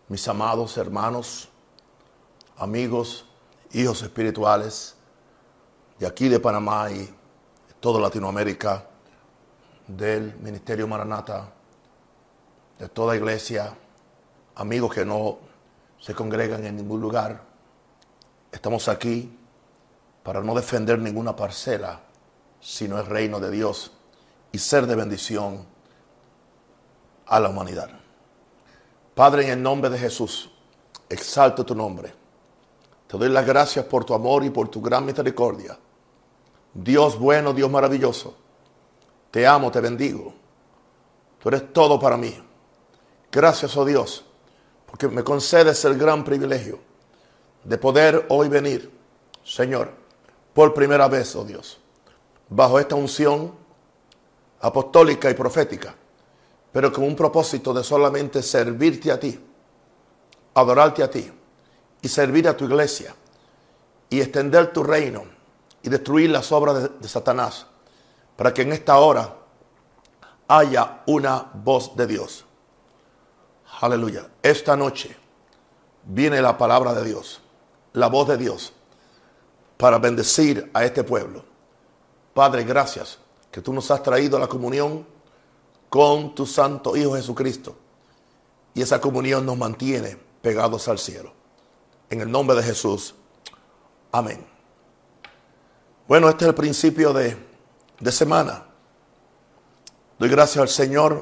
mis amados hermanos, amigos, hijos espirituales de aquí de Panamá y de toda Latinoamérica, del Ministerio Maranata, de toda iglesia, amigos que no se congregan en ningún lugar. Estamos aquí para no defender ninguna parcela, sino el reino de Dios y ser de bendición a la humanidad. Padre, en el nombre de Jesús, exalto tu nombre. Te doy las gracias por tu amor y por tu gran misericordia. Dios bueno, Dios maravilloso, te amo, te bendigo. Tú eres todo para mí. Gracias, oh Dios, porque me concedes el gran privilegio de poder hoy venir, Señor, por primera vez, oh Dios, bajo esta unción apostólica y profética, pero con un propósito de solamente servirte a ti, adorarte a ti y servir a tu iglesia y extender tu reino y destruir las obras de Satanás, para que en esta hora haya una voz de Dios. Aleluya. Esta noche viene la palabra de Dios, la voz de Dios, para bendecir a este pueblo. Padre, gracias que tú nos has traído a la comunión con tu santo Hijo Jesucristo. Y esa comunión nos mantiene pegados al cielo. En el nombre de Jesús. Amén. Bueno, este es el principio de semana. Doy gracias al Señor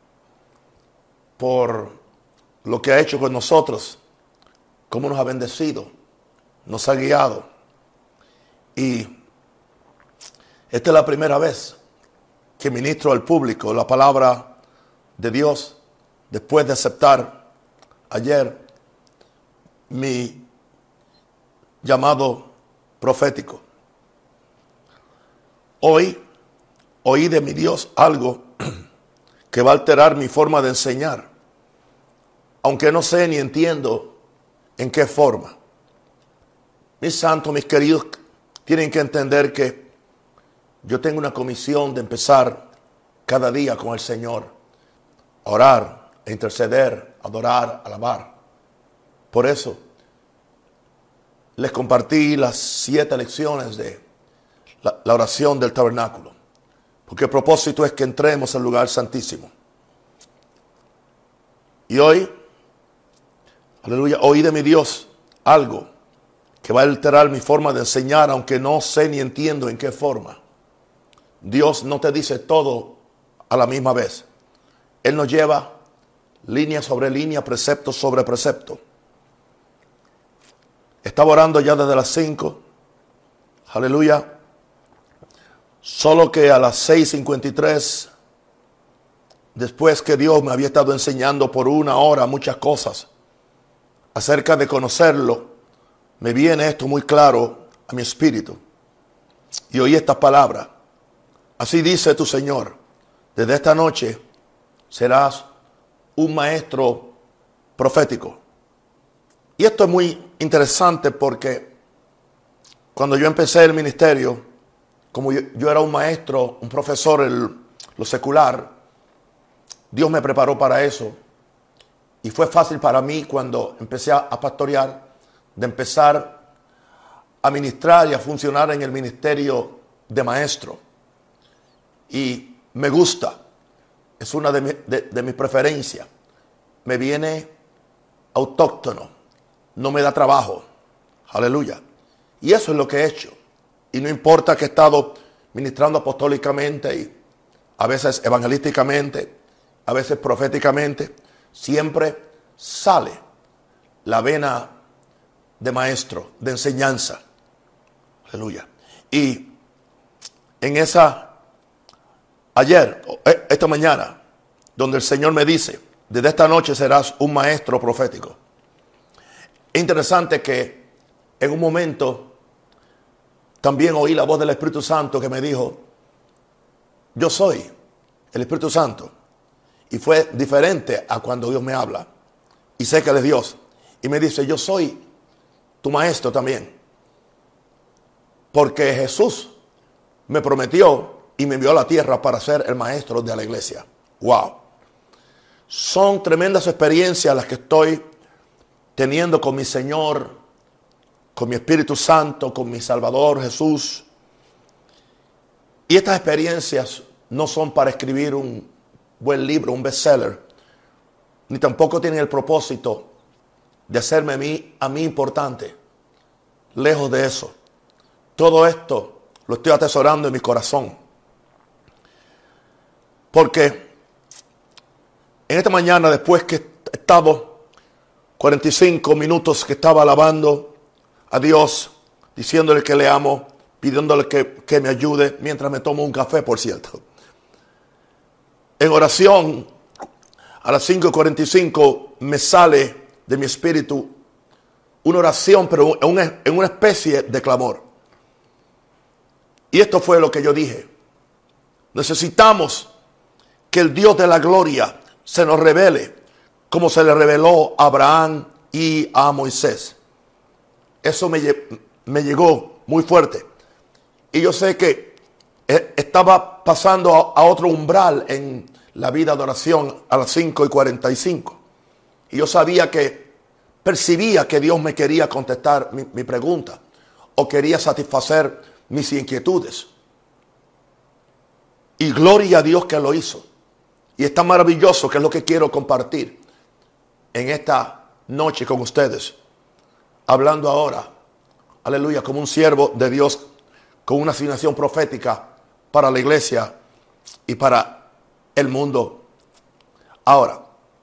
por lo que ha hecho con nosotros, cómo nos ha bendecido, nos ha guiado. Y esta es la primera vez que ministro al público la palabra de Dios después de aceptar ayer mi llamado profético. Hoy oí de mi Dios algo que va a alterar mi forma de enseñar, aunque no sé ni entiendo en qué forma. Mis santos, mis queridos, tienen que entender que yo tengo una comisión de empezar cada día con el Señor, a orar, a interceder, a adorar, a alabar. Por eso les compartí las 7 lecciones de la oración del tabernáculo, porque el propósito es que entremos al lugar santísimo. Y hoy, aleluya, oí de mi Dios algo que va a alterar mi forma de enseñar, aunque no sé ni entiendo en qué forma. Dios no te dice todo a la misma vez. Él nos lleva línea sobre línea, precepto sobre precepto. Estaba orando ya desde las 5. Aleluya. Solo que a las 6:53, después que Dios me había estado enseñando por 1 hora muchas cosas acerca de conocerlo, me viene esto muy claro a mi espíritu. Y oí estas palabras. Así dice tu Señor, desde esta noche serás un maestro profético. Y esto es muy interesante porque cuando yo empecé el ministerio, como yo era un maestro, un profesor en lo secular, Dios me preparó para eso. Y fue fácil para mí cuando empecé a pastorear, de empezar a ministrar y a funcionar en el ministerio de maestro. Y me gusta, es una de mis preferencias. Me viene autóctono, no me da trabajo. Aleluya. Y eso es lo que he hecho. Y no importa que he estado ministrando apostólicamente y a veces evangelísticamente, a veces proféticamente, siempre sale la vena de maestro, de enseñanza. Aleluya. Y en esta mañana, donde el Señor me dice, desde esta noche serás un maestro profético. Es interesante que en un momento también oí la voz del Espíritu Santo que me dijo, yo soy el Espíritu Santo. Y fue diferente a cuando Dios me habla. Y sé que Él es Dios. Y me dice, yo soy tu maestro también. Porque Jesús me prometió y me envió a la tierra para ser el maestro de la iglesia. Wow. Son tremendas experiencias las que estoy teniendo con mi Señor, con mi Espíritu Santo, con mi Salvador Jesús. Y estas experiencias no son para escribir un buen libro, un bestseller, ni tampoco tienen el propósito de hacerme a mí importante. Lejos de eso. Todo esto lo estoy atesorando en mi corazón. Porque en esta mañana, después que he estado 45 minutos que estaba alabando a Dios, diciéndole que le amo, pidiéndole que me ayude, mientras me tomo un café, por cierto. En oración, a las 5:45 me sale de mi espíritu una oración, pero en una especie de clamor. Y esto fue lo que yo dije. Necesitamos que el Dios de la gloria se nos revele como se le reveló a Abraham y a Moisés. Eso me llegó muy fuerte. Y yo sé que estaba pasando a otro umbral en la vida de oración a las 5:45. Y yo percibía que Dios me quería contestar mi pregunta o quería satisfacer mis inquietudes. Y gloria a Dios que lo hizo. Y es tan maravilloso que es lo que quiero compartir en esta noche con ustedes. Hablando ahora, aleluya, como un siervo de Dios con una asignación profética para la iglesia y para el mundo. Ahora,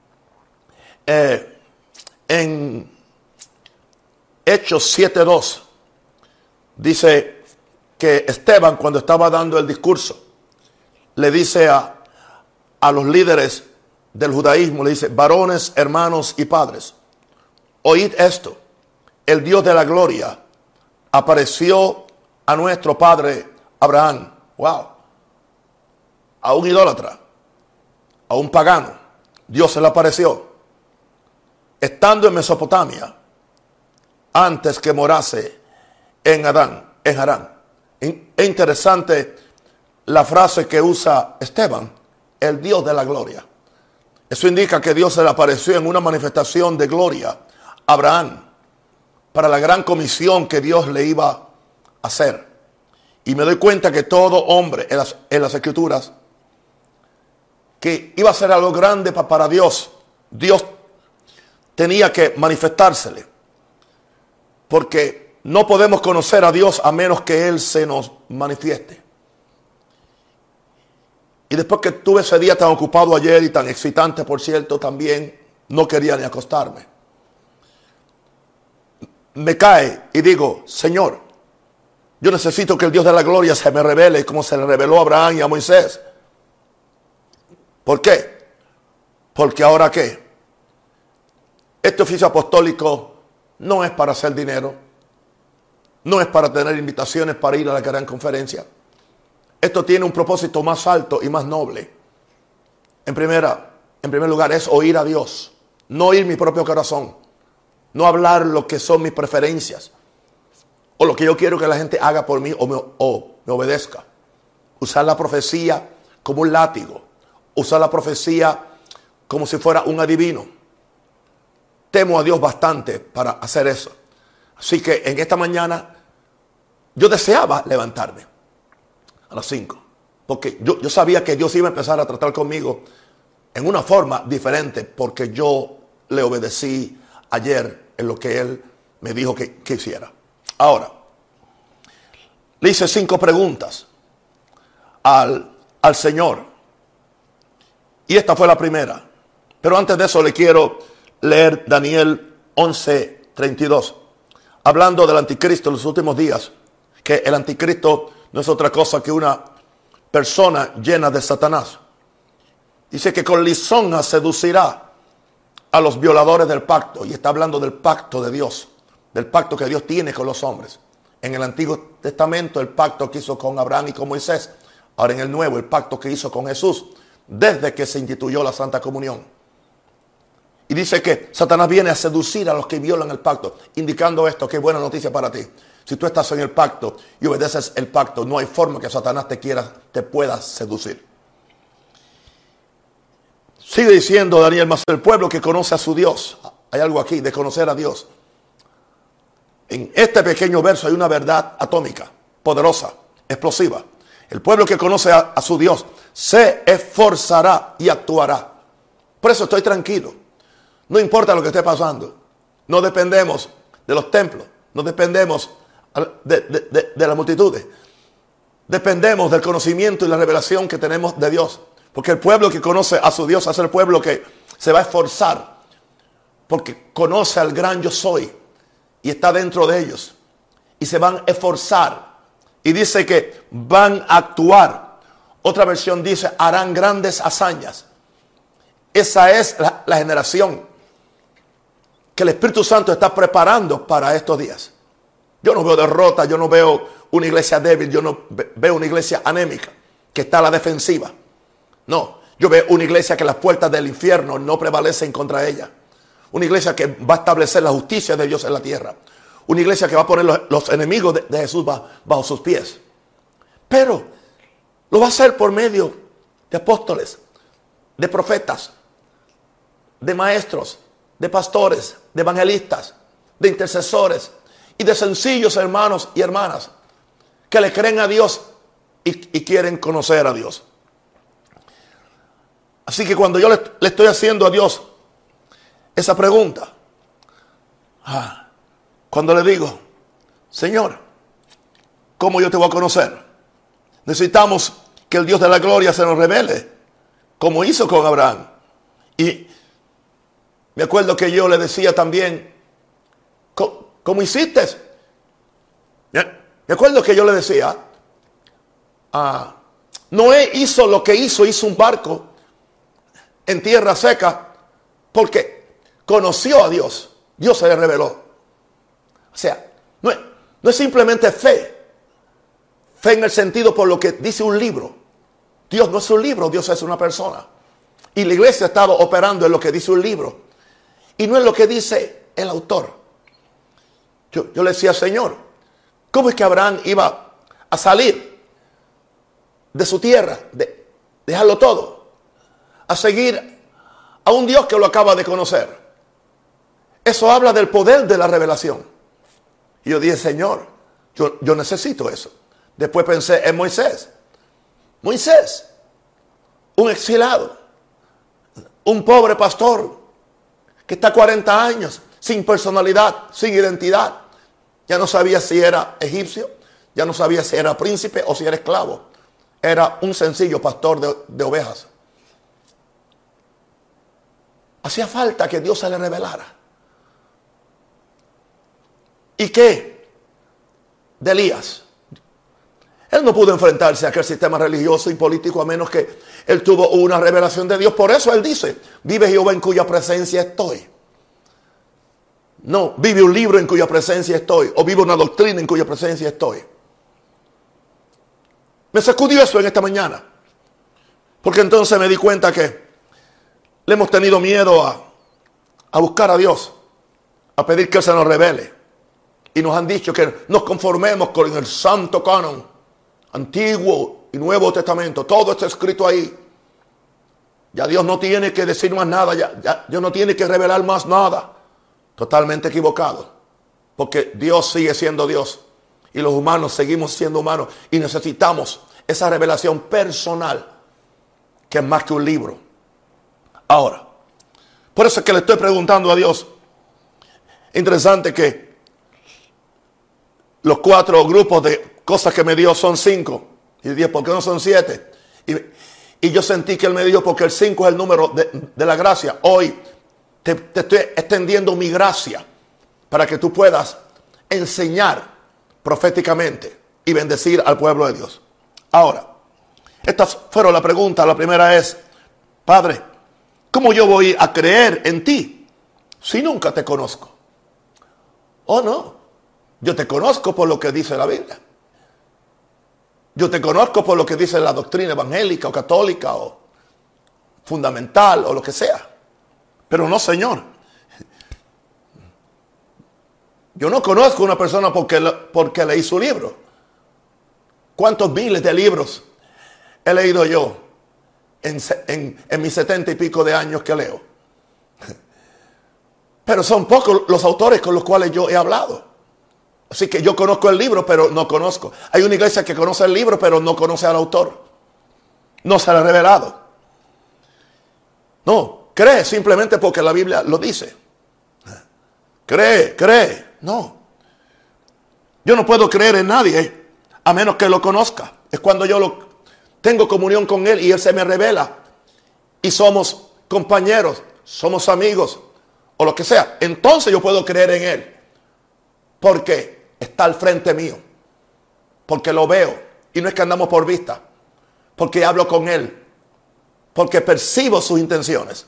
en Hechos 7:2 dice que Esteban, cuando estaba dando el discurso, le dice a los líderes del judaísmo, le dice: varones, hermanos y padres, oíd esto. El Dios de la gloria apareció a nuestro padre Abraham. Wow. A un idólatra, a un pagano, Dios se le apareció, estando en Mesopotamia, antes que morase en Harán. Es interesante la frase que usa Esteban, el Dios de la gloria. Eso indica que Dios se le apareció en una manifestación de gloria a Abraham para la gran comisión que Dios le iba a hacer. Y me doy cuenta que todo hombre en las Escrituras que iba a ser algo grande para Dios, Dios tenía que manifestársele. Porque no podemos conocer a Dios a menos que Él se nos manifieste. Y después que tuve ese día tan ocupado ayer y tan excitante, por cierto, también no quería ni acostarme. Me cae y digo: Señor, yo necesito que el Dios de la gloria se me revele como se le reveló a Abraham y a Moisés. ¿Por qué? Porque ahora ¿qué? Este oficio apostólico no es para hacer dinero, no es para tener invitaciones para ir a la gran conferencia. Esto tiene un propósito más alto y más noble. En primer lugar, es oír a Dios, no oír mi propio corazón, no hablar lo que son mis preferencias o lo que yo quiero que la gente haga por mí o me obedezca. Usar la profecía como un látigo, usar la profecía como si fuera un adivino. Temo a Dios bastante para hacer eso. Así que en esta mañana yo deseaba levantarme a las 5. Porque yo sabía que Dios iba a empezar a tratar conmigo en una forma diferente. Porque yo le obedecí ayer en lo que Él me dijo que hiciera. Ahora, le hice 5 preguntas al Señor. Y esta fue la primera. Pero antes de eso le quiero leer Daniel 11:32. Hablando del anticristo en los últimos días. Que el anticristo no es otra cosa que una persona llena de Satanás. Dice que con lisonja seducirá a los violadores del pacto. Y está hablando del pacto de Dios. Del pacto que Dios tiene con los hombres. En el Antiguo Testamento el pacto que hizo con Abraham y con Moisés. Ahora en el Nuevo el pacto que hizo con Jesús. Desde que se instituyó la Santa Comunión. Y dice que Satanás viene a seducir a los que violan el pacto. Indicando esto, qué buena noticia para ti. Si tú estás en el pacto y obedeces el pacto, no hay forma que Satanás te pueda seducir. Sigue diciendo Daniel: mas el pueblo que conoce a su Dios, hay algo aquí de conocer a Dios. En este pequeño verso hay una verdad atómica, poderosa, explosiva. El pueblo que conoce a su Dios se esforzará y actuará. Por eso estoy tranquilo. No importa lo que esté pasando. No dependemos de los templos. No dependemos de las multitudes. Dependemos del conocimiento y la revelación que tenemos de Dios. Porque el pueblo que conoce a su Dios es el pueblo que se va a esforzar. Porque conoce al gran yo soy. Y está dentro de ellos. Y se van a esforzar. Y dice que van a actuar. Otra versión dice, harán grandes hazañas. Esa es la generación que el Espíritu Santo está preparando para estos días. Yo no veo derrota, yo no veo una iglesia débil, yo no veo una iglesia anémica que está a la defensiva. No, yo veo una iglesia que las puertas del infierno no prevalecen contra ella. Una iglesia que va a establecer la justicia de Dios en la tierra. Una iglesia que va a poner los enemigos de Jesús bajo sus pies. Pero lo va a hacer por medio de apóstoles, de profetas, de maestros, de pastores, de evangelistas, de intercesores y de sencillos hermanos y hermanas que le creen a Dios y quieren conocer a Dios. Así que cuando yo le estoy haciendo a Dios esa pregunta, cuando le digo, Señor, ¿cómo yo te voy a conocer? Necesitamos que el Dios de la gloria se nos revele, como hizo con Abraham. Y me acuerdo que yo le decía también, ¿cómo hiciste? Me acuerdo que yo le decía, Noé hizo lo que hizo un barco en tierra seca porque conoció a Dios. Dios se le reveló. O sea, no es simplemente fe. Fe en el sentido por lo que dice un libro. Dios no es un libro, Dios es una persona. Y la iglesia ha estado operando en lo que dice un libro. Y no es lo que dice el autor. Yo le decía, Señor, ¿cómo es que Abraham iba a salir de su tierra, de dejarlo todo, a seguir a un Dios que lo acaba de conocer? Eso habla del poder de la revelación. Y yo dije, Señor, yo necesito eso. Después pensé en Moisés. Moisés, un exilado, un pobre pastor que está 40 años sin personalidad, sin identidad. Ya no sabía si era egipcio, ya no sabía si era príncipe o si era esclavo. Era un sencillo pastor de ovejas. Hacía falta que Dios se le revelara. ¿Y qué? De Elías. Él no pudo enfrentarse a aquel sistema religioso y político a menos que él tuvo una revelación de Dios. Por eso él dice, vive Jehová en cuya presencia estoy. No, vive un libro en cuya presencia estoy. O vive una doctrina en cuya presencia estoy. Me sacudió eso en esta mañana. Porque entonces me di cuenta que le hemos tenido miedo a buscar a Dios. A pedir que Él se nos revele. Y nos han dicho que nos conformemos con el santo canon. Antiguo y Nuevo Testamento. Todo está escrito ahí. Ya Dios no tiene que decir más nada. Ya Dios no tiene que revelar más nada. Totalmente equivocado. Porque Dios sigue siendo Dios. Y los humanos seguimos siendo humanos. Y necesitamos esa revelación personal. Que es más que un libro. Ahora. Por eso es que le estoy preguntando a Dios. Interesante que los 4 grupos de cosas que me dio son 5. Y dije, ¿por qué no son 7? Y yo sentí que Él me dijo, porque el 5 es el número de la gracia. Hoy te estoy extendiendo mi gracia para que tú puedas enseñar proféticamente y bendecir al pueblo de Dios. Ahora, estas fueron las preguntas. La primera es, Padre, ¿cómo yo voy a creer en ti si nunca te conozco? Oh, no. Yo te conozco por lo que dice la Biblia. Yo te conozco por lo que dice la doctrina evangélica o católica o fundamental o lo que sea. Pero no, Señor. Yo no conozco a una persona porque leí su libro. ¿Cuántos miles de libros he leído yo en mis 70 y pico de años que leo? Pero son pocos los autores con los cuales yo he hablado. Así que yo conozco el libro, pero no conozco. Hay una iglesia que conoce el libro, pero no conoce al autor. No se le ha revelado. No, cree simplemente porque la Biblia lo dice. Cree. No. Yo no puedo creer en nadie a menos que lo conozca. Es cuando yo tengo comunión con él y él se me revela. Y somos compañeros, somos amigos o lo que sea. Entonces yo puedo creer en él. Porque está al frente mío. Porque lo veo. Y no es que andamos por vista. Porque hablo con él. Porque percibo sus intenciones.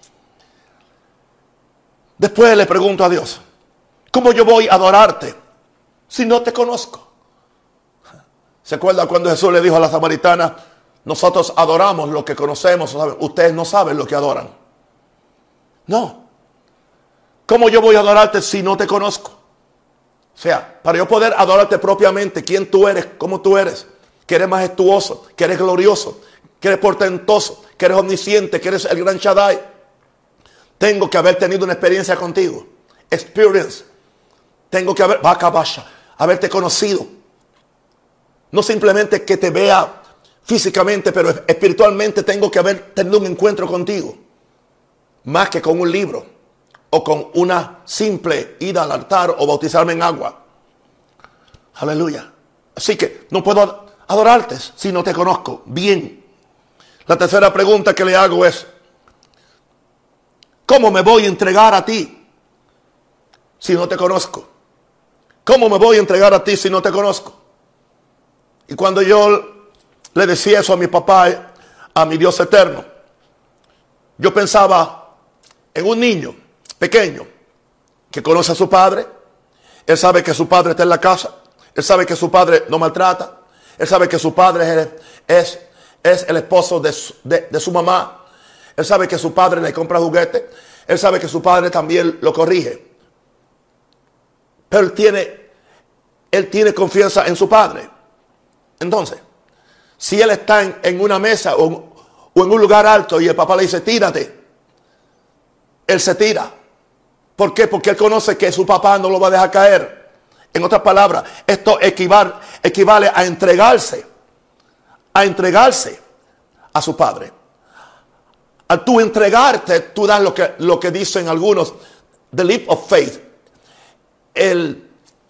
Después le pregunto a Dios, ¿cómo yo voy a adorarte si no te conozco? ¿Se acuerda cuando Jesús le dijo a la samaritana, nosotros adoramos lo que conocemos, ustedes no saben lo que adoran? No. ¿Cómo yo voy a adorarte si no te conozco? O sea, para yo poder adorarte propiamente, quién tú eres, cómo tú eres, que eres majestuoso, que eres glorioso, que eres portentoso, que eres omnisciente, que eres el gran Shaddai. Tengo que haber tenido una experiencia contigo. Experience. Tengo que haberte conocido. No simplemente que te vea físicamente, pero espiritualmente tengo que haber tenido un encuentro contigo. Más que con un libro. O con una simple ida al altar o bautizarme en agua. Aleluya. Así que no puedo adorarte si no te conozco bien. La tercera pregunta que le hago es, ¿cómo me voy a entregar a ti si no te conozco? ¿Cómo me voy a entregar a ti si no te conozco? Y cuando yo le decía eso a mi papá, a mi Dios eterno, yo pensaba en un niño pequeño que conoce a su padre. Él sabe que su padre está en la casa. Él sabe que su padre no maltrata. Él sabe que su padre es el esposo de su mamá. Él sabe que su padre le compra juguetes. Él sabe que su padre también lo corrige. Pero él tiene confianza en su padre. Entonces, si él está en una mesa o en un lugar alto y el papá le dice, tírate, él se tira. ¿Por qué? Porque él conoce que su papá no lo va a dejar caer. En otras palabras, esto equivale a entregarse a su padre. Al tú entregarte, tú das lo que dicen algunos, the leap of faith, el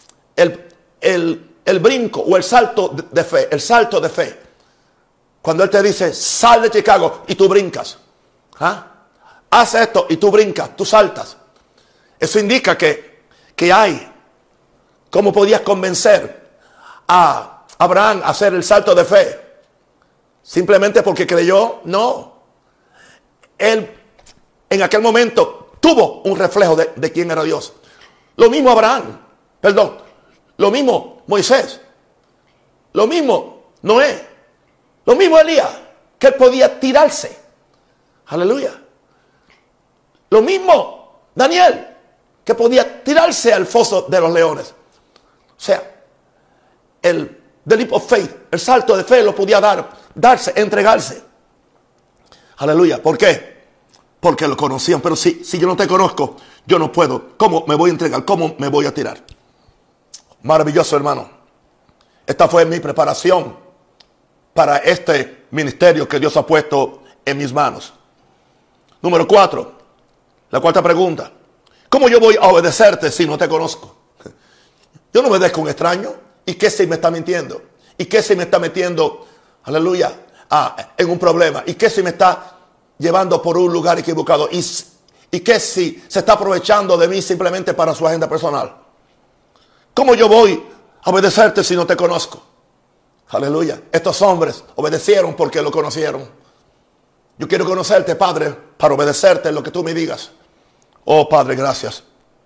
brinco o el salto de fe, Cuando él te dice, sal de Chicago y tú brincas. Haz esto y tú brincas, tú saltas. Eso indica que hay. ¿Cómo podías convencer a Abraham a hacer el salto de fe? ¿Simplemente porque creyó? No. Él en aquel momento tuvo un reflejo de quién era Dios. Lo mismo Abraham, lo mismo Moisés, lo mismo Noé, lo mismo Elías, que él podía tirarse. Aleluya. Lo mismo Daniel, que podía tirarse al foso de los leones. O sea, the leap of faith, el salto de fe lo podía darse, entregarse. Aleluya. ¿Por qué? Porque lo conocían. Pero si yo no te conozco, yo no puedo. ¿Cómo me voy a entregar? ¿Cómo me voy a tirar? Maravilloso, hermano. Esta fue mi preparación para este ministerio que Dios ha puesto en mis manos. Número 4. La cuarta pregunta. ¿Cómo yo voy a obedecerte si no te conozco? Yo no obedezco a un extraño. ¿Y qué si me está mintiendo? ¿Y qué si me está metiendo, aleluya, en un problema? ¿Y qué si me está llevando por un lugar equivocado? ¿Y qué si se está aprovechando de mí simplemente para su agenda personal? ¿Cómo yo voy a obedecerte si no te conozco? Aleluya. Estos hombres obedecieron porque lo conocieron. Yo quiero conocerte, Padre, para obedecerte en lo que tú me digas. Oh, Padre, gracias.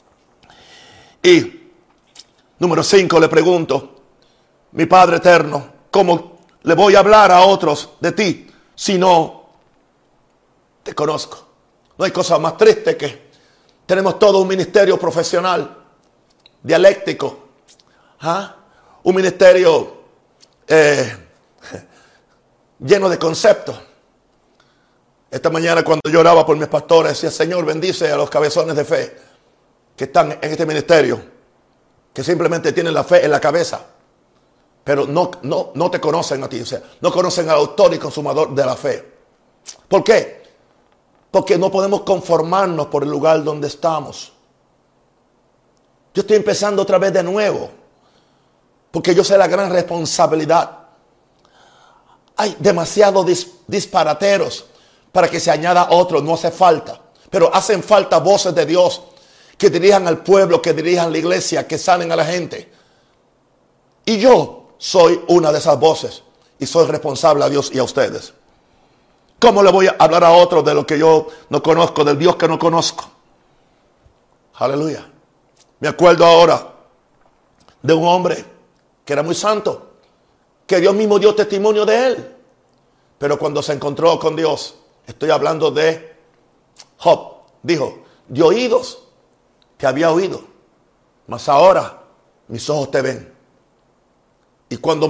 Y número 5, le pregunto, mi Padre eterno, ¿cómo le voy a hablar a otros de ti si no te conozco? No hay cosa más triste que tenemos todo un ministerio profesional, dialéctico, un ministerio lleno de conceptos. Esta mañana cuando yo oraba por mis pastores, decía, Señor, bendice a los cabezones de fe. que están en este ministerio, que simplemente tienen la fe en la cabeza, pero no te conocen a ti, o sea, no conocen al autor y consumador de la fe. ¿Por qué? Porque no podemos conformarnos por el lugar donde estamos. Yo estoy empezando otra vez de nuevo, porque yo sé la gran responsabilidad. Hay demasiados disparateros para que se añada otro, no hace falta. Pero hacen falta voces de Dios que dirijan al pueblo, que dirijan la iglesia, que sanen a la gente. Y yo soy una de esas voces y soy responsable a Dios y a ustedes. ¿Cómo le voy a hablar a otro de lo que yo no conozco, del Dios que no conozco? Aleluya. Me acuerdo ahora de un hombre que era muy santo, que Dios mismo dio testimonio de él. Pero cuando se encontró con Dios, estoy hablando de Job, dijo: de oídos te había oído, mas ahora mis ojos te ven. Y cuando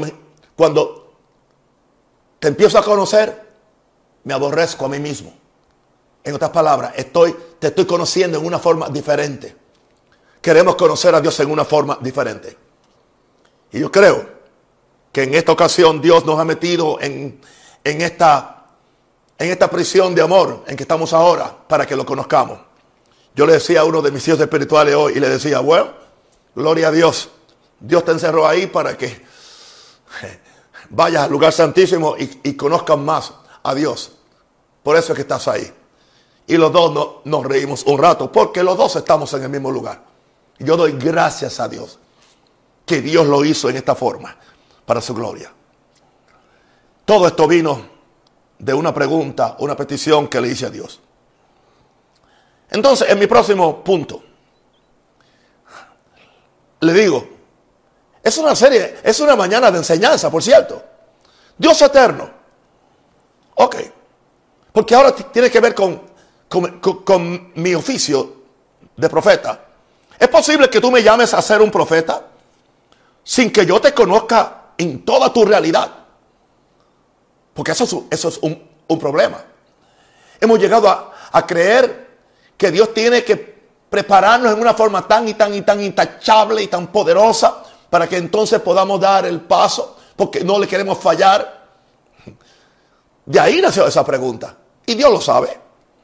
te empiezo a conocer, me aborrezco a mí mismo. En otras palabras, te estoy conociendo en una forma diferente. Queremos conocer a Dios en una forma diferente. Y yo creo que en esta ocasión Dios nos ha metido en esta prisión de amor en que estamos ahora, para que lo conozcamos. Yo le decía a uno de mis hijos espirituales hoy, y le decía: bueno, gloria a Dios, Dios te encerró ahí para que vayas al lugar santísimo y conozcan más a Dios. Por eso es que estás ahí. Y los dos nos reímos un rato, porque los dos estamos en el mismo lugar. Y yo doy gracias a Dios que Dios lo hizo en esta forma, para su gloria. Todo esto vino de una pregunta, una petición que le hice a Dios. Entonces, en mi próximo punto, le digo, es una mañana de enseñanza, por cierto. Dios eterno. Ok. Porque ahora tiene que ver con mi oficio de profeta. ¿Es posible que tú me llames a ser un profeta sin que yo te conozca en toda tu realidad? Porque eso es un problema. Hemos llegado a creer que Dios tiene que prepararnos en una forma tan intachable y tan poderosa para que entonces podamos dar el paso, porque no le queremos fallar. De ahí nació esa pregunta. Y Dios lo sabe.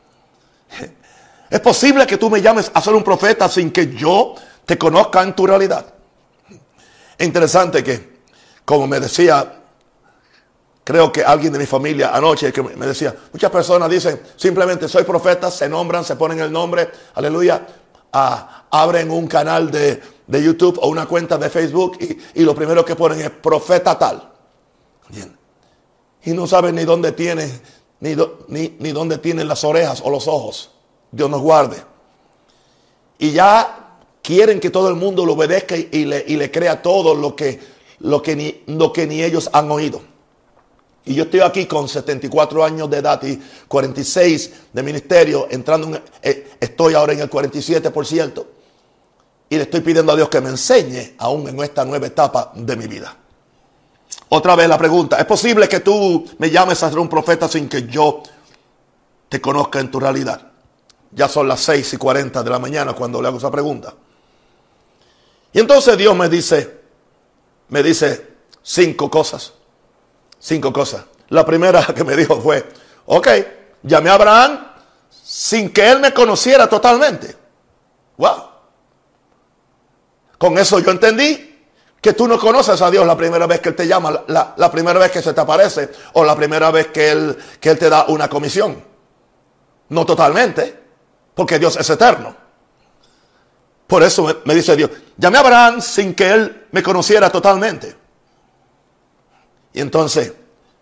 ¿Es posible que tú me llames a ser un profeta sin que yo te conozca en tu realidad? Es interesante que, como me decía, creo que alguien de mi familia anoche, que me decía, muchas personas dicen simplemente soy profeta, se nombran, se ponen el nombre, aleluya, abren un canal de YouTube o una cuenta de Facebook y lo primero que ponen es profeta tal. Bien. Y no saben ni dónde tienen, ni dónde tienen las orejas o los ojos. Dios nos guarde. Y ya quieren que todo el mundo lo obedezca y le crea todo lo que ni ellos han oído. Y yo estoy aquí con 74 años de edad y 46 de ministerio, estoy ahora en el 47%. Y le estoy pidiendo a Dios que me enseñe aún en esta nueva etapa de mi vida. Otra vez la pregunta, ¿es posible que tú me llames a ser un profeta sin que yo te conozca en tu realidad? Ya son las 6:40 de la mañana cuando le hago esa pregunta. Y entonces Dios me dice 5 cosas. 5 cosas. La primera que me dijo fue, ok, llamé a Abraham sin que él me conociera totalmente. Wow. Con eso yo entendí que tú no conoces a Dios la primera vez que Él te llama, la primera vez que se te aparece o la primera vez que Él te da una comisión. No totalmente, porque Dios es eterno. Por eso me dice Dios, llamé a Abraham sin que él me conociera totalmente. Y entonces,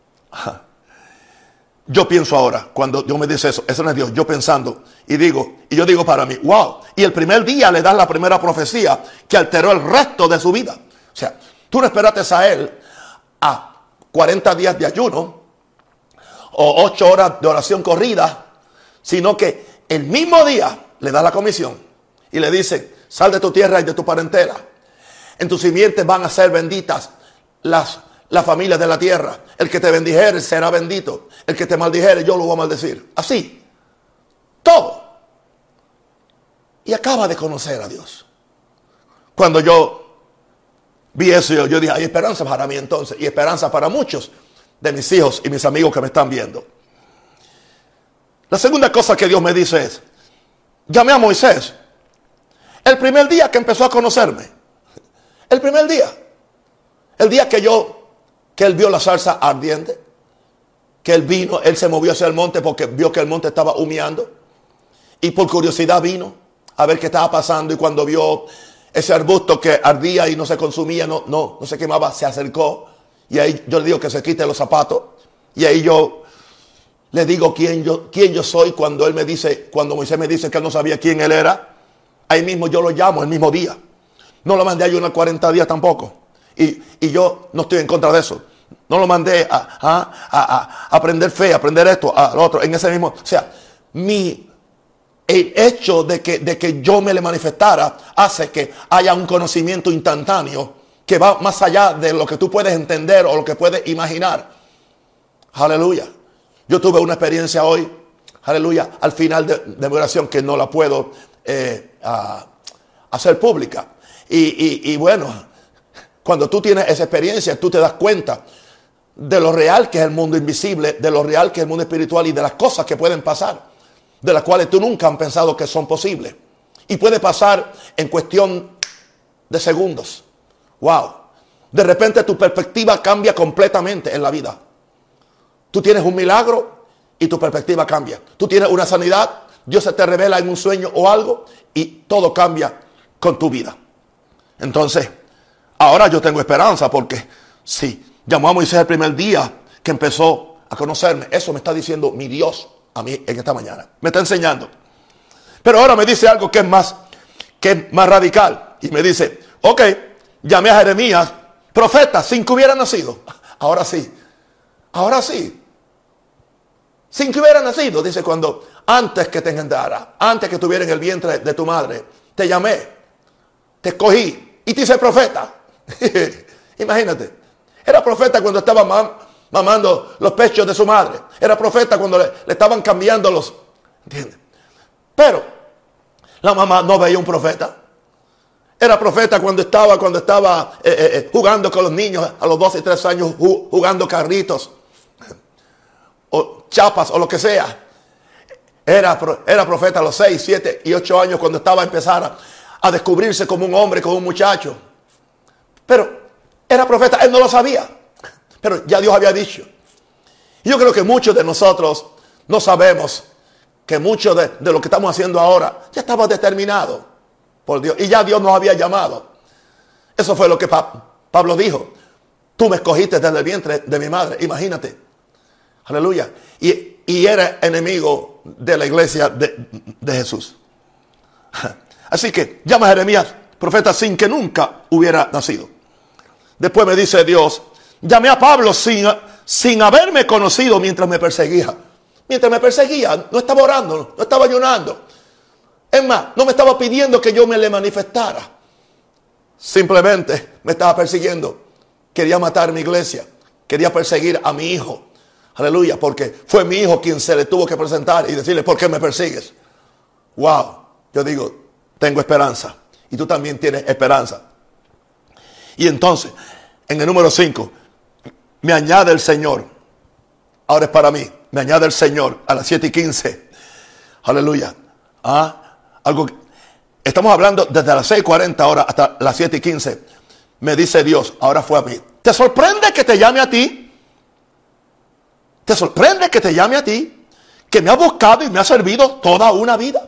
yo pienso ahora, cuando Dios me dice eso no es Dios, yo pensando, y yo digo para mí, wow, y el primer día le das la primera profecía que alteró el resto de su vida. O sea, tú no esperaste a él a 40 días de ayuno o 8 horas de oración corrida, sino que el mismo día le da la comisión y le dice, sal de tu tierra y de tu parentela. En tus simientes van a ser benditas las familias de la tierra. El que te bendijere será bendito. El que te maldijere yo lo voy a maldecir. Así. Todo. y acaba de conocer a Dios. Cuando yo vi eso, yo dije, hay esperanza para mí entonces, y esperanza para muchos de mis hijos y mis amigos que me están viendo. La segunda cosa que Dios me dice es, llamé a Moisés el primer día que empezó a conocerme. El primer día. El día que él vio la zarza ardiente, que él vino, él se movió hacia el monte porque vio que el monte estaba humeando. Y por curiosidad vino a ver qué estaba pasando. Y cuando vio ese arbusto que ardía y no se consumía, no se quemaba, se acercó. Y ahí yo le digo que se quite los zapatos. Y ahí yo le digo quién yo soy cuando Moisés me dice que él no sabía quién él era. Ahí mismo yo lo llamo el mismo día. No lo mandé a ayunar 40 días tampoco. Y yo no estoy en contra de eso. No lo mandé a aprender fe, a aprender esto, a lo otro. En ese mismo, o sea, el hecho de que yo me le manifestara hace que haya un conocimiento instantáneo que va más allá de lo que tú puedes entender o lo que puedes imaginar. Aleluya. Yo tuve una experiencia hoy, aleluya, al final de mi oración que no la puedo hacer pública. Y bueno, cuando tú tienes esa experiencia, tú te das cuenta de lo real que es el mundo invisible, de lo real que es el mundo espiritual y de las cosas que pueden pasar, de las cuales tú nunca has pensado que son posibles. Y puede pasar en cuestión de segundos. Wow. De repente tu perspectiva cambia completamente en la vida. Tú tienes un milagro y tu perspectiva cambia. Tú tienes una sanidad, Dios se te revela en un sueño o algo y todo cambia con tu vida. Entonces, ahora yo tengo esperanza porque sí, llamó a Moisés el primer día que empezó a conocerme. Eso me está diciendo mi Dios a mí en esta mañana. Me está enseñando. Pero ahora me dice algo que es más radical. Y me dice, ok, llamé a Jeremías, profeta, sin que hubiera nacido. Ahora sí. Ahora sí. Sin que hubiera nacido. Dice, cuando antes que te engendrara, antes que estuviera en el vientre de tu madre, te llamé, te escogí y te hice profeta. Imagínate. Era profeta cuando estaba mamando los pechos de su madre. Era profeta cuando le estaban cambiando los... ¿Entiendes? Pero la mamá no veía un profeta. Era profeta cuando estaba jugando con los niños a los 12 y 13 años, jugando carritos o chapas o lo que sea. Era profeta a los 6, 7 y 8 años cuando estaba a empezar a descubrirse como un hombre, como un muchacho. Pero era profeta, él no lo sabía. Pero ya Dios había dicho. Y yo creo que muchos de nosotros no sabemos que mucho de lo que estamos haciendo ahora ya estaba determinado por Dios. Y ya Dios nos había llamado. Eso fue lo que Pablo dijo. Tú me escogiste desde el vientre de mi madre. Imagínate. Aleluya. Y era enemigo de la iglesia de Jesús. Así que llama a Jeremías, profeta, sin que nunca hubiera nacido. Después me dice Dios, llamé a Pablo sin haberme conocido mientras me perseguía. Mientras me perseguía, no estaba orando, no estaba ayunando. Es más, no me estaba pidiendo que yo me le manifestara. Simplemente me estaba persiguiendo. Quería matar mi iglesia. Quería perseguir a mi hijo. Aleluya, porque fue mi hijo quien se le tuvo que presentar y decirle, ¿por qué me persigues? Wow, yo digo, tengo esperanza. Y tú también tienes esperanza. Y entonces, en el número 5, me añade el Señor. Ahora es para mí. Me añade el Señor a las 7:15. Aleluya. Estamos hablando desde las 6:40 ahora hasta las 7:15. Me dice Dios, ahora fue a mí. ¿Te sorprende que te llame a ti? ¿Te sorprende que te llame a ti? Que me ha buscado y me ha servido toda una vida.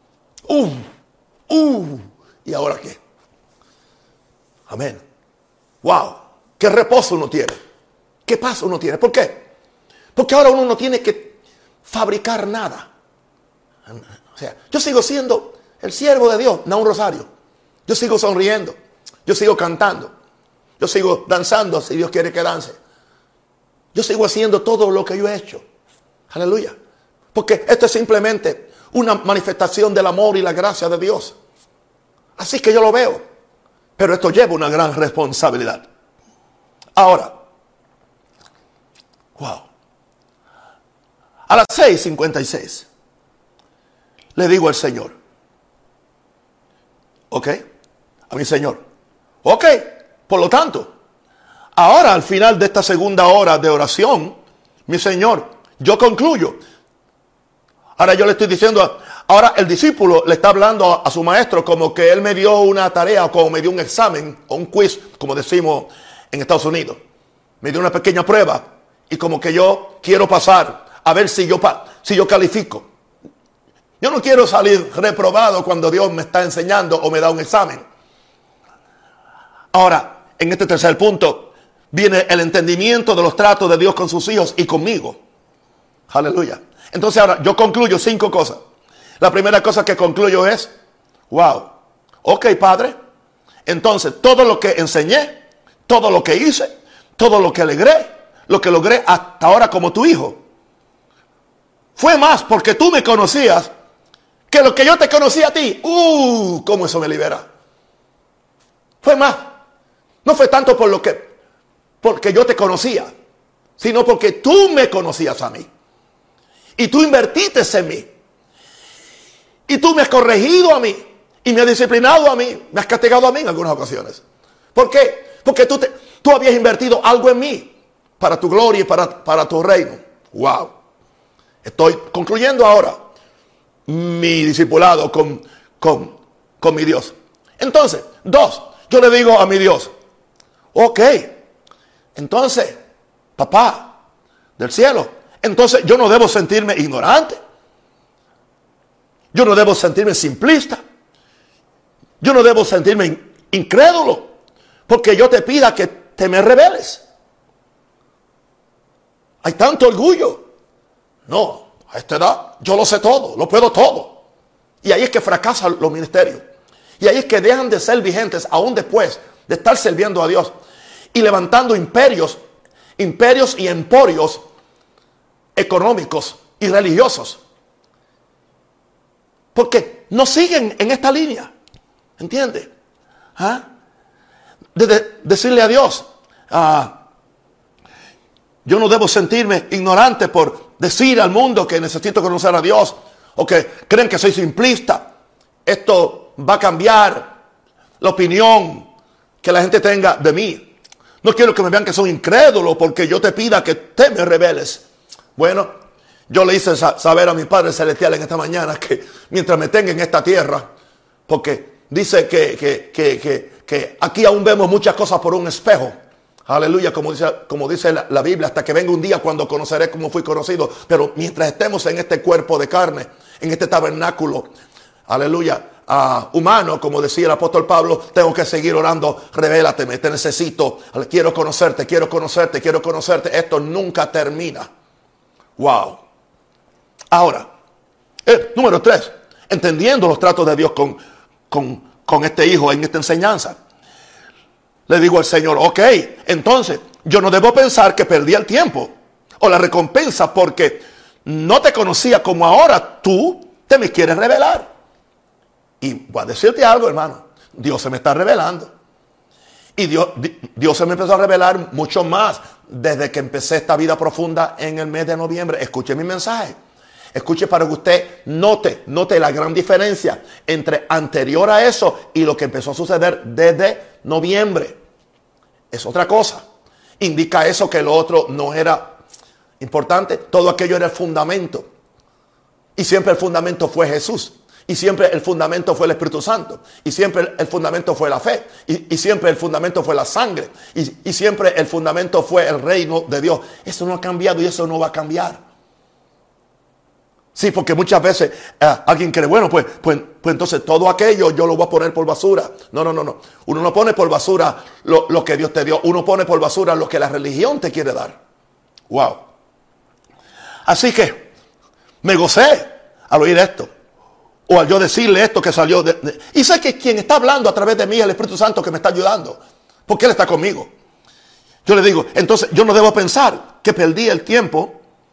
¿Y ahora qué? Amén. Wow. Qué reposo uno tiene. Qué paz uno tiene. ¿Por qué? Porque ahora uno no tiene que fabricar nada. O sea, yo sigo siendo el siervo de Dios, no un rosario. Yo sigo sonriendo. Yo sigo cantando. Yo sigo danzando si Dios quiere que dance. Yo sigo haciendo todo lo que yo he hecho. Aleluya. Porque esto es simplemente una manifestación del amor y la gracia de Dios. Así que yo lo veo. Pero esto lleva una gran responsabilidad. Ahora. Wow. A las 6:56 le digo al Señor, Ok, a mi Señor. Ok, por lo tanto, ahora al final de esta segunda hora de oración, mi Señor, yo concluyo. Ahora yo le estoy diciendo, ahora el discípulo le está hablando a su maestro como que él me dio una tarea o como me dio un examen o un quiz, como decimos en Estados Unidos. Me dio una pequeña prueba y como que yo quiero pasar a ver si yo califico. Yo no quiero salir reprobado cuando Dios me está enseñando o me da un examen. Ahora, en este tercer punto, viene el entendimiento de los tratos de Dios con sus hijos y conmigo. Aleluya. Entonces ahora yo concluyo 5 cosas. La primera cosa que concluyo es, wow, ok, Padre, entonces todo lo que enseñé, todo lo que hice, todo lo que logré hasta ahora como tu hijo, fue más porque tú me conocías que lo que yo te conocí a ti. Cómo eso me libera. Fue más. No fue tanto porque yo te conocía, sino porque tú me conocías a mí. Y tú invertiste en mí. Y tú me has corregido a mí. Y me has disciplinado a mí. Me has castigado a mí en algunas ocasiones. ¿Por qué? Porque tú habías invertido algo en mí. Para tu gloria y para tu reino. Wow. Estoy concluyendo ahora mi discipulado con mi Dios. Entonces, 2. Yo le digo a mi Dios. Ok. Entonces, papá del cielo. Entonces yo no debo sentirme ignorante. Yo no debo sentirme simplista. Yo no debo sentirme incrédulo. Porque yo te pida que te me reveles. Hay tanto orgullo. No, a esta edad yo lo sé todo, lo puedo todo. Y ahí es que fracasan los ministerios. Y ahí es que dejan de ser vigentes aún después de estar sirviendo a Dios. Y levantando imperios y emporios económicos y religiosos. Porque no siguen en esta línea. ¿Entiende? De decirle a Dios, yo no debo sentirme ignorante por decir al mundo que necesito conocer a Dios. O que creen que soy simplista. Esto va a cambiar la opinión que la gente tenga de mí. No quiero que me vean que soy incrédulo porque yo te pida que te me reveles. Bueno, yo le hice saber a mi Padre Celestial en esta mañana que mientras me tenga en esta tierra, porque dice que aquí aún vemos muchas cosas por un espejo. Aleluya, como dice la Biblia, hasta que venga un día cuando conoceré como fui conocido. Pero mientras estemos en este cuerpo de carne, en este tabernáculo, aleluya, humano, como decía el apóstol Pablo, tengo que seguir orando, revélateme, te necesito, quiero conocerte, quiero conocerte, quiero conocerte. Esto nunca termina. Wow. Ahora, número 3, entendiendo los tratos de Dios con este hijo en esta enseñanza. Le digo al Señor, ok, entonces yo no debo pensar que perdí el tiempo o la recompensa porque no te conocía como ahora tú te me quieres revelar. Y voy a decirte algo, hermano, Dios se me está revelando. Y Dios se me empezó a revelar mucho más desde que empecé esta vida profunda en el mes de noviembre. Escuche mi mensaje. Escuche para que usted note la gran diferencia entre anterior a eso y lo que empezó a suceder desde noviembre. Es otra cosa. Indica eso que lo otro no era importante. Todo aquello era el fundamento. Y siempre el fundamento fue Jesús. Y siempre el fundamento fue el Espíritu Santo. Y siempre el fundamento fue la fe. Y siempre el fundamento fue la sangre. Y siempre el fundamento fue el reino de Dios. Eso no ha cambiado y eso no va a cambiar. Sí, porque muchas veces alguien cree, bueno, pues entonces todo aquello yo lo voy a poner por basura. No. Uno no pone por basura lo que Dios te dio. Uno pone por basura lo que la religión te quiere dar. Wow. Así que me gocé al oír esto. O al yo decirle esto que salió y sé que quien está hablando a través de mí es el Espíritu Santo que me está ayudando. Porque Él está conmigo. Yo le digo, entonces yo no debo pensar que perdí el tiempo.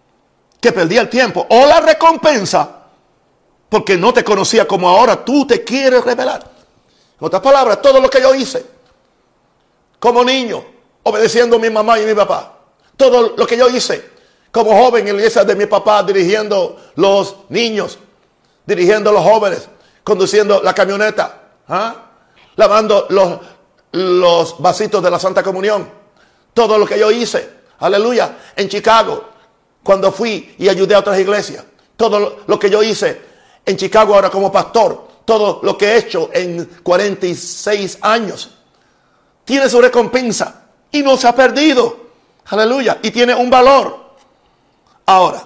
O la recompensa. Porque no te conocía como ahora tú te quieres revelar. En otras palabras, todo lo que yo hice. Como niño, obedeciendo a mi mamá y mi papá. Todo lo que yo hice. Como joven en la iglesia de mi papá, dirigiendo los niños. Dirigiendo a los jóvenes, conduciendo la camioneta. lavando los vasitos de la Santa Comunión. Todo lo que yo hice, aleluya, en Chicago, cuando fui y ayudé a otras iglesias. Todo lo que yo hice en Chicago ahora como pastor. Todo lo que he hecho en 46 años. Tiene su recompensa y no se ha perdido. Aleluya. Y tiene un valor. Ahora,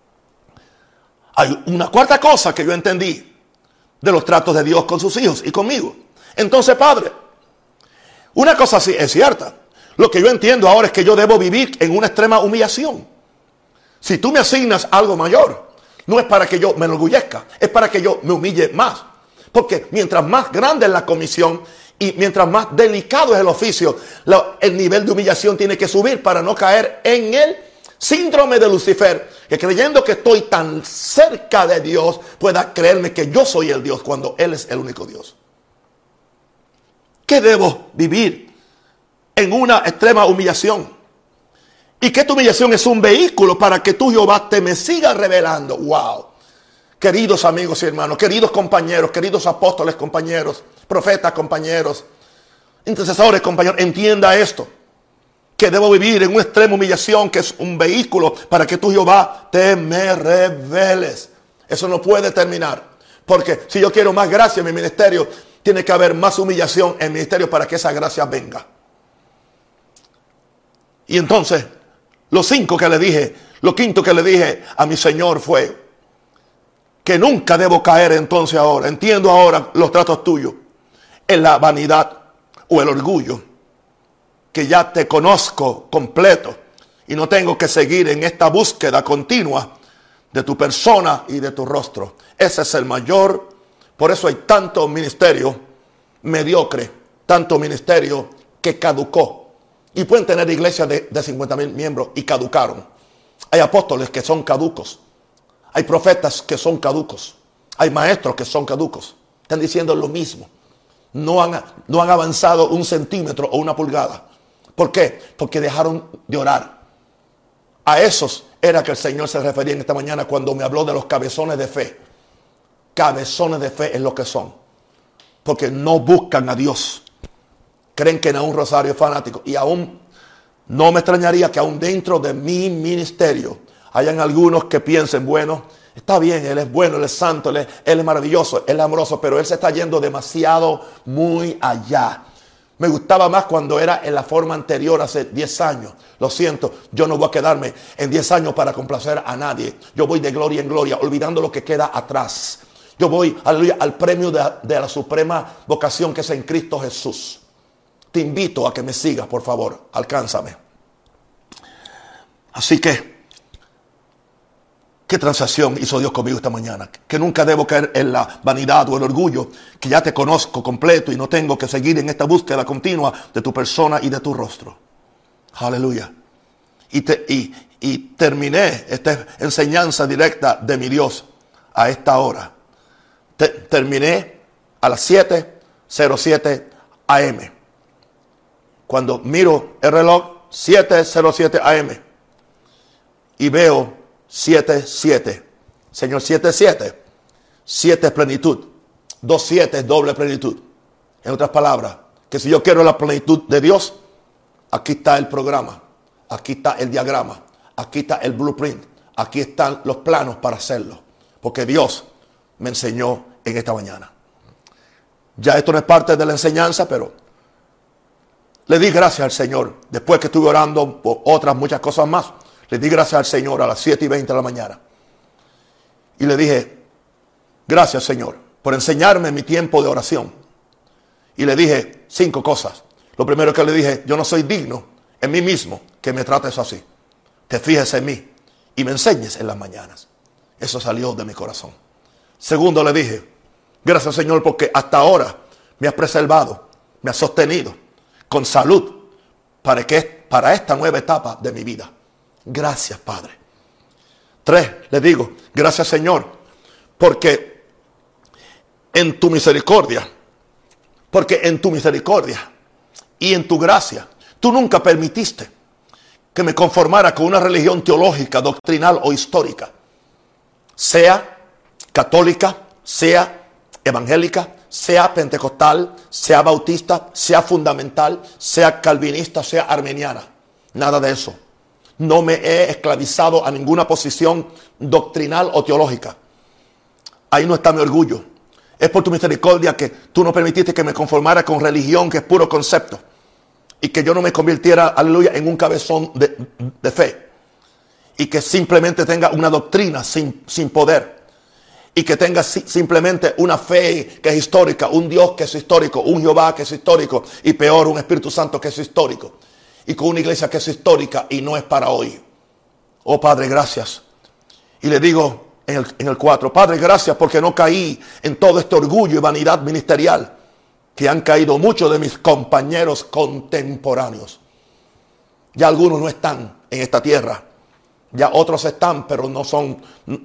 hay una cuarta cosa que yo entendí de los tratos de Dios con sus hijos y conmigo. Entonces, Padre, una cosa sí es cierta. Lo que yo entiendo ahora es que yo debo vivir en una extrema humillación. Si tú me asignas algo mayor, no es para que yo me enorgullezca, es para que yo me humille más. Porque mientras más grande es la comisión y mientras más delicado es el oficio, el nivel de humillación tiene que subir para no caer en el síndrome de Lucifer, que creyendo que estoy tan cerca de Dios, pueda creerme que yo soy el Dios cuando Él es el único Dios. ¿Qué debo vivir en una extrema humillación? Y que esta humillación es un vehículo para que tú, Jehová, te me sigas revelando. ¡Wow! Queridos amigos y hermanos, queridos compañeros, queridos apóstoles, compañeros, profetas, compañeros, intercesores, compañeros, entienda esto. Que debo vivir en una extrema humillación, que es un vehículo para que tú, Jehová, te me reveles. Eso no puede terminar. Porque si yo quiero más gracia en mi ministerio, tiene que haber más humillación en mi ministerio para que esa gracia venga. Y entonces, lo quinto que le dije a mi Señor fue que nunca debo caer entonces ahora. Entiendo ahora los tratos tuyos en la vanidad o el orgullo. Que ya te conozco completo y no tengo que seguir en esta búsqueda continua de tu persona y de tu rostro. Ese es el mayor. Por eso hay tanto ministerio mediocre, tanto ministerio que caducó. Y pueden tener iglesias de 50,000 miembros y caducaron. Hay apóstoles que son caducos. Hay profetas que son caducos. Hay maestros que son caducos. Están diciendo lo mismo. No han avanzado un centímetro o una pulgada. ¿Por qué? Porque dejaron de orar. A esos era que el Señor se refería en esta mañana cuando me habló de los cabezones de fe. Cabezones de fe es lo que son. Porque no buscan a Dios. Creen que Nahum Rosario es fanático. Y aún no me extrañaría que aún dentro de mi ministerio hayan algunos que piensen, bueno, está bien, Él es bueno, Él es santo, Él es maravilloso, Él es amoroso, pero Él se está yendo demasiado muy allá. Me gustaba más cuando era en la forma anterior, hace 10 años. Lo siento, yo no voy a quedarme en 10 años para complacer a nadie. Yo voy de gloria en gloria, olvidando lo que queda atrás. Yo voy, aleluya, al premio de la suprema vocación que es en Cristo Jesús. Te invito a que me sigas, por favor, alcánzame. Así que, ¿qué transacción hizo Dios conmigo esta mañana? Que nunca debo caer en la vanidad o el orgullo, que ya te conozco completo y no tengo que seguir en esta búsqueda continua de tu persona y de tu rostro. Aleluya. Y terminé esta enseñanza directa de mi Dios a esta hora. Terminé a las 7:07 AM. Cuando miro el reloj, 7:07 AM. Y veo 7:7. Señor, 7:7. 7 es plenitud. 2:7 es doble plenitud. En otras palabras, que si yo quiero la plenitud de Dios, aquí está el programa. Aquí está el diagrama. Aquí está el blueprint. Aquí están los planos para hacerlo. Porque Dios me enseñó en esta mañana. Ya esto no es parte de la enseñanza, pero le di gracias al Señor. Después que estuve orando por otras muchas cosas más, le di gracias al Señor a las 7:20 de la mañana. Y le dije, gracias Señor, por enseñarme mi tiempo de oración. Y le dije 5 cosas. Lo primero que le dije, yo no soy digno en mí mismo que me trates así. Te fijes en mí y me enseñes en las mañanas. Eso salió de mi corazón. Segundo, le dije, gracias Señor porque hasta ahora me has preservado, me has sostenido con salud para esta nueva etapa de mi vida. Gracias, Padre. 3, le digo, gracias Señor, porque en tu misericordia y en tu gracia, tú nunca permitiste que me conformara con una religión teológica, doctrinal o histórica, sea católica, sea evangélica, sea pentecostal, sea bautista, sea fundamental, sea calvinista, sea armeniana. Nada de eso. No me he esclavizado a ninguna posición doctrinal o teológica. Ahí no está mi orgullo. Es por tu misericordia que tú no permitiste que me conformara con religión, que es puro concepto. Y que yo no me convirtiera, aleluya, en un cabezón de fe. Y que simplemente tenga una doctrina sin poder. Y que tenga simplemente una fe que es histórica, un Dios que es histórico, un Jehová que es histórico. Y peor, un Espíritu Santo que es histórico. Y con una iglesia que es histórica y no es para hoy. Oh Padre, gracias. Y le digo en el 4, Padre, gracias porque no caí en todo este orgullo y vanidad ministerial que han caído muchos de mis compañeros contemporáneos. Ya algunos no están en esta tierra. Ya otros están, pero no son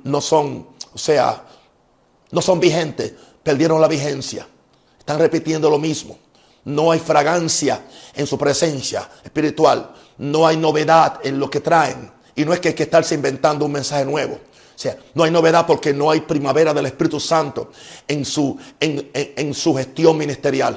vigentes. Perdieron la vigencia. Están repitiendo lo mismo. No hay fragancia en su presencia espiritual. No hay novedad en lo que traen. Y no es que hay que estarse inventando un mensaje nuevo. O sea, no hay novedad porque no hay primavera del Espíritu Santo en su gestión ministerial.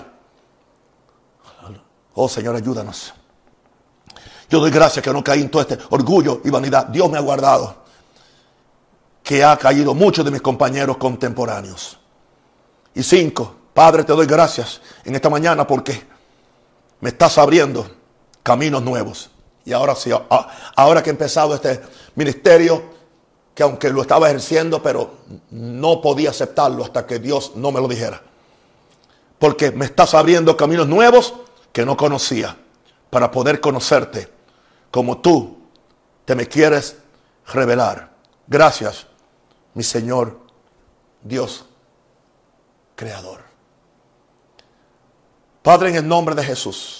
Oh Señor, ayúdanos. Yo doy gracias que no caí en todo este orgullo y vanidad. Dios me ha guardado. Que ha caído muchos de mis compañeros contemporáneos. Y 5, Padre, te doy gracias en esta mañana porque me estás abriendo caminos nuevos. Y ahora sí, ahora que he empezado este ministerio, que aunque lo estaba ejerciendo, pero no podía aceptarlo hasta que Dios no me lo dijera. Porque me estás abriendo caminos nuevos que no conocía, para poder conocerte como tú te me quieres revelar. Gracias, mi Señor, Dios, Creador. Padre, en el nombre de Jesús,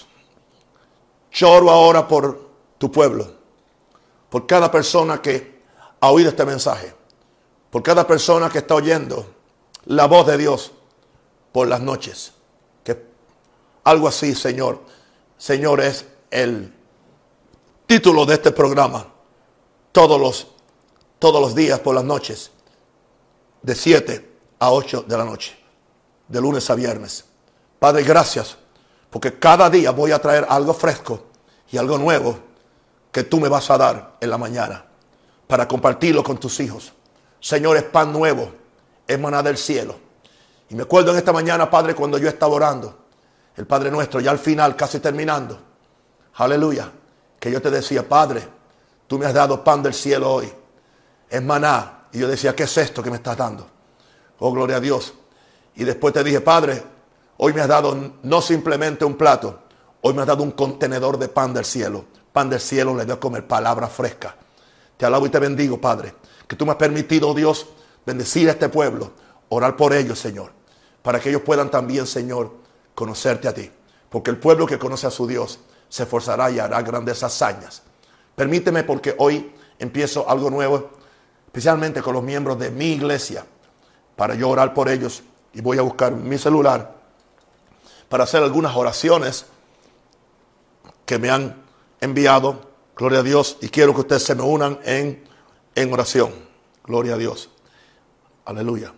lloro ahora por tu pueblo, por cada persona que ha oído este mensaje, por cada persona que está oyendo la voz de Dios por las noches. Que algo así, Señor, es el título de este programa. Todos los días por las noches, de 7 a 8 de la noche, de lunes a viernes. Padre, gracias, porque cada día voy a traer algo fresco y algo nuevo que tú me vas a dar en la mañana para compartirlo con tus hijos. Señor, es pan nuevo, es maná del cielo. Y me acuerdo en esta mañana, Padre, cuando yo estaba orando el Padre Nuestro, ya al final, casi terminando, aleluya, que yo te decía, Padre, tú me has dado pan del cielo hoy, es maná. Y yo decía, ¿qué es esto que me estás dando? Oh, gloria a Dios. Y después te dije, Padre, hoy me has dado no simplemente un plato, hoy me has dado un contenedor de pan del cielo. Pan del cielo le doy a comer palabra fresca. Te alabo y te bendigo, Padre, que tú me has permitido, Dios, bendecir a este pueblo, orar por ellos, Señor, para que ellos puedan también, Señor, conocerte a ti. Porque el pueblo que conoce a su Dios se esforzará y hará grandes hazañas. Permíteme, porque hoy empiezo algo nuevo, especialmente con los miembros de mi iglesia, para yo orar por ellos. Y voy a buscar mi celular para hacer algunas oraciones que me han enviado. Gloria a Dios. Y quiero que ustedes se me unan en oración. Gloria a Dios. Aleluya.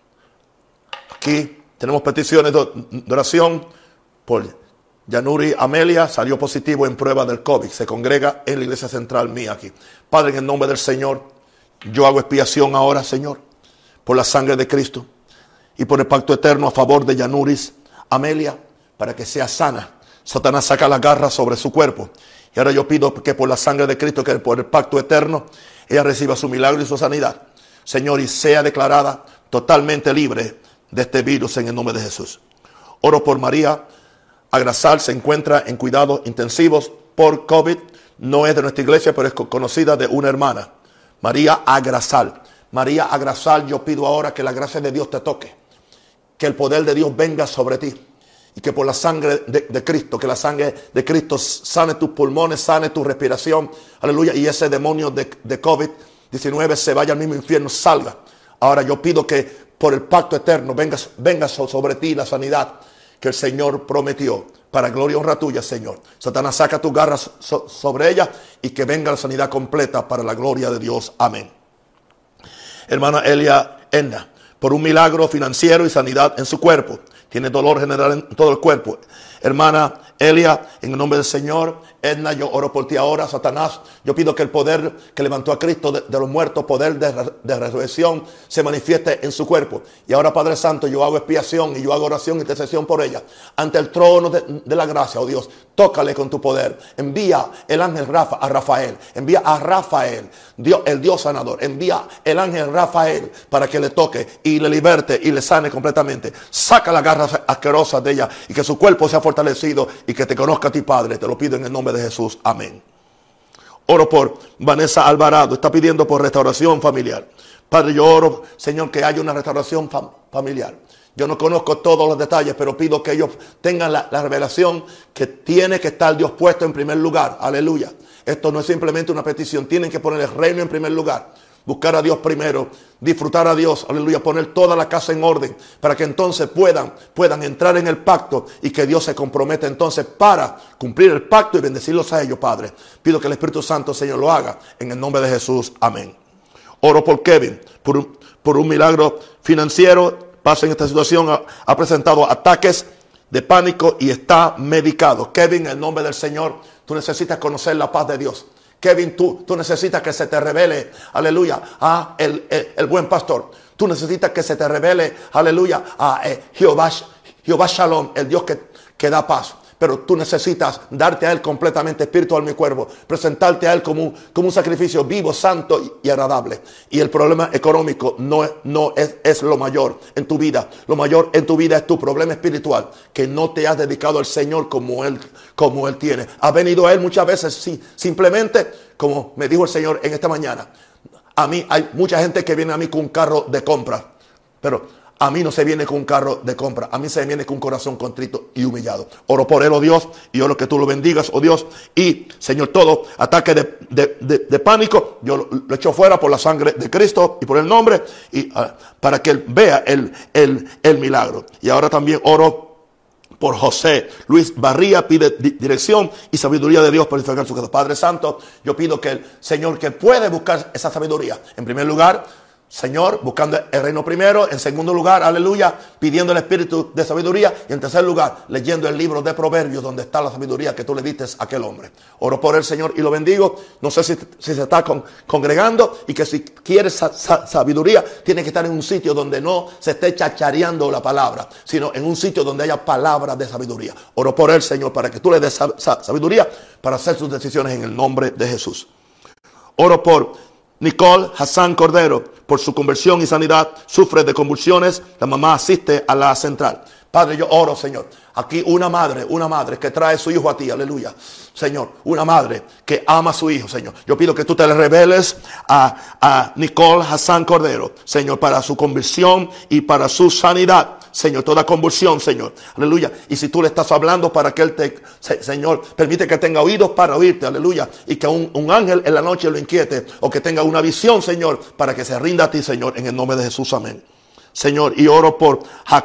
Aquí tenemos peticiones de oración por Yanuri Amelia. Salió positivo en prueba del COVID. Se congrega en la iglesia central mía aquí. Padre, en el nombre del Señor, yo hago expiación ahora, Señor, por la sangre de Cristo y por el pacto eterno a favor de Yanuris Amelia, para que sea sana. Satanás saca la garra sobre su cuerpo. Y ahora yo pido que por la sangre de Cristo, que por el pacto eterno, ella reciba su milagro y su sanidad, Señor, y sea declarada totalmente libre de este virus en el nombre de Jesús. Oro por María Agrasal, se encuentra en cuidados intensivos por COVID. No es de nuestra iglesia, pero es conocida de una hermana. María Agrasal. María Agrasal, yo pido ahora que la gracia de Dios te toque. Que el poder de Dios venga sobre ti. Y que por la sangre de Cristo, que la sangre de Cristo sane tus pulmones, sane tu respiración. Aleluya. Y ese demonio de COVID-19 se vaya al mismo infierno, salga. Ahora yo pido que por el pacto eterno venga sobre ti la sanidad que el Señor prometió. Para gloria y honra tuya, Señor. Satanás, saca tus garras sobre ella y que venga la sanidad completa para la gloria de Dios. Amén. Hermana Elia Enna, por un milagro financiero y sanidad en su cuerpo. tiene dolor general en todo el cuerpo. Hermana Elia, en el nombre del Señor. Edna, yo oro por ti ahora. Satanás, yo pido que el poder que levantó a Cristo de los muertos, poder de resurrección, se manifieste en su cuerpo. Y ahora, Padre Santo, yo hago expiación y yo hago oración e intercesión por ella ante el trono de la gracia. Oh Dios, tócale con tu poder. Envía el ángel a Rafael. Envía a Rafael, Dios, el Dios sanador. Envía el ángel Rafael para que le toque y le liberte y le sane completamente. Saca las garras asquerosas de ella y que su cuerpo sea fortalecido y que te conozca a ti, Padre. Te lo pido en el nombre de Jesús. Amén. Oro por Vanessa Alvarado. Está pidiendo por restauración familiar. Padre, yo oro, Señor, que haya una restauración familiar. Yo no conozco todos los detalles, pero pido que ellos tengan la revelación que tiene que estar Dios puesto en primer lugar. Aleluya. Esto no es simplemente una petición. Tienen que poner el reino en primer lugar. Buscar a Dios primero, disfrutar a Dios, aleluya, poner toda la casa en orden para que entonces puedan entrar en el pacto y que Dios se comprometa entonces para cumplir el pacto y bendecirlos a ellos, Padre. Pido que el Espíritu Santo, Señor, lo haga en el nombre de Jesús. Amén. Oro por Kevin, por un milagro financiero. Pasa en esta situación, ha presentado ataques de pánico y está medicado. Kevin, en el nombre del Señor, tú necesitas conocer la paz de Dios. Kevin, tú necesitas que se te revele, aleluya, a el buen pastor. Tú necesitas que se te revele, aleluya, a Jehová Shalom, el Dios que da paz. Pero tú necesitas darte a Él completamente, espíritu, alma y cuerpo. Presentarte a Él como un sacrificio vivo, santo y agradable. Y el problema económico no es lo mayor en tu vida. Lo mayor en tu vida es tu problema espiritual. Que no te has dedicado al Señor como Él tiene. Has venido a Él muchas veces, sí, simplemente, como me dijo el Señor en esta mañana. A mí hay mucha gente que viene a mí con un carro de compra. Pero a mí no se viene con un carro de compra. A mí se viene con un corazón contrito y humillado. Oro por él, oh Dios, y oro que tú lo bendigas, oh Dios. Y, Señor, todo ataque de pánico, yo lo echo fuera por la sangre de Cristo y por el nombre, y para que él vea el milagro. Y ahora también oro por José Luis Barría. Pide dirección y sabiduría de Dios para edificar su casa. Padre Santo, yo pido que el Señor, que puede buscar esa sabiduría, en primer lugar, Señor, buscando el reino primero. En segundo lugar, aleluya, pidiendo el espíritu de sabiduría. Y en tercer lugar, leyendo el libro de Proverbios, donde está la sabiduría que tú le diste a aquel hombre. Oro por el Señor y lo bendigo. No sé si se está congregando, y que si quieres sabiduría, tiene que estar en un sitio donde no se esté chachareando la palabra, sino en un sitio donde haya palabras de sabiduría. Oro por el Señor para que tú le des sabiduría para hacer sus decisiones en el nombre de Jesús. Oro por Nicole Hassan Cordero, por su conversión y sanidad. Sufre de convulsiones. La mamá asiste a la central. Padre, yo oro, Señor. Aquí una madre que trae a su hijo a ti, aleluya. Señor, una madre que ama a su hijo, Señor. Yo pido que tú te le reveles a Nicole Hassan Cordero, Señor, para su conversión y para su sanidad. Señor, toda convulsión, Señor, aleluya. Y si tú le estás hablando para que él Señor, permite que tenga oídos para oírte, aleluya. Y que un ángel en la noche lo inquiete, o que tenga una visión, Señor, para que se rinda a ti, Señor, en el nombre de Jesús, amén. Señor, y oro por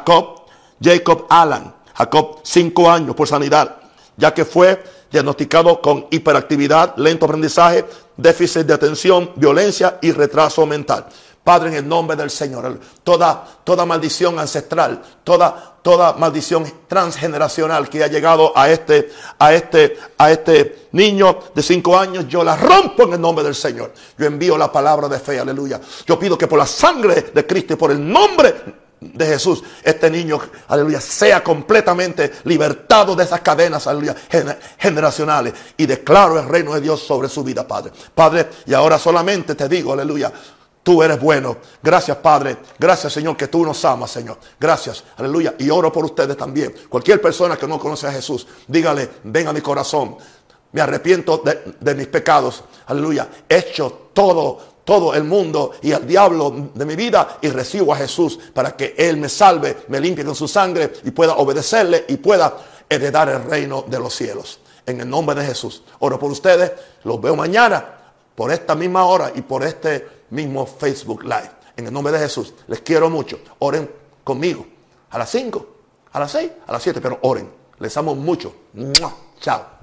Jacob Alan, 5 años, por sanidad, ya que fue diagnosticado con hiperactividad, lento aprendizaje, déficit de atención, violencia y retraso mental. Padre, en el nombre del Señor, toda maldición ancestral, toda maldición transgeneracional que ha llegado a este niño de 5 años, yo la rompo en el nombre del Señor. Yo envío la palabra de fe, aleluya. Yo pido que por la sangre de Cristo y por el nombre de Jesús, este niño, aleluya, sea completamente libertado de esas cadenas, aleluya, generacionales, y declaro el reino de Dios sobre su vida, Padre. Padre, y ahora solamente te digo, aleluya, tú eres bueno. Gracias, Padre. Gracias, Señor, que tú nos amas, Señor. Gracias, aleluya. Y oro por ustedes también. Cualquier persona que no conoce a Jesús, dígale: ven a mi corazón. Me arrepiento de mis pecados. Aleluya. Echo todo el mundo y al diablo de mi vida y recibo a Jesús para que Él me salve, me limpie con su sangre y pueda obedecerle y pueda heredar el reino de los cielos. En el nombre de Jesús. Oro por ustedes. Los veo mañana por esta misma hora y por este mismo Facebook Live. En el nombre de Jesús. Les quiero mucho. Oren conmigo. A las 5, a las 6, a las 7, pero oren. Les amo mucho. ¡Mua! Chao.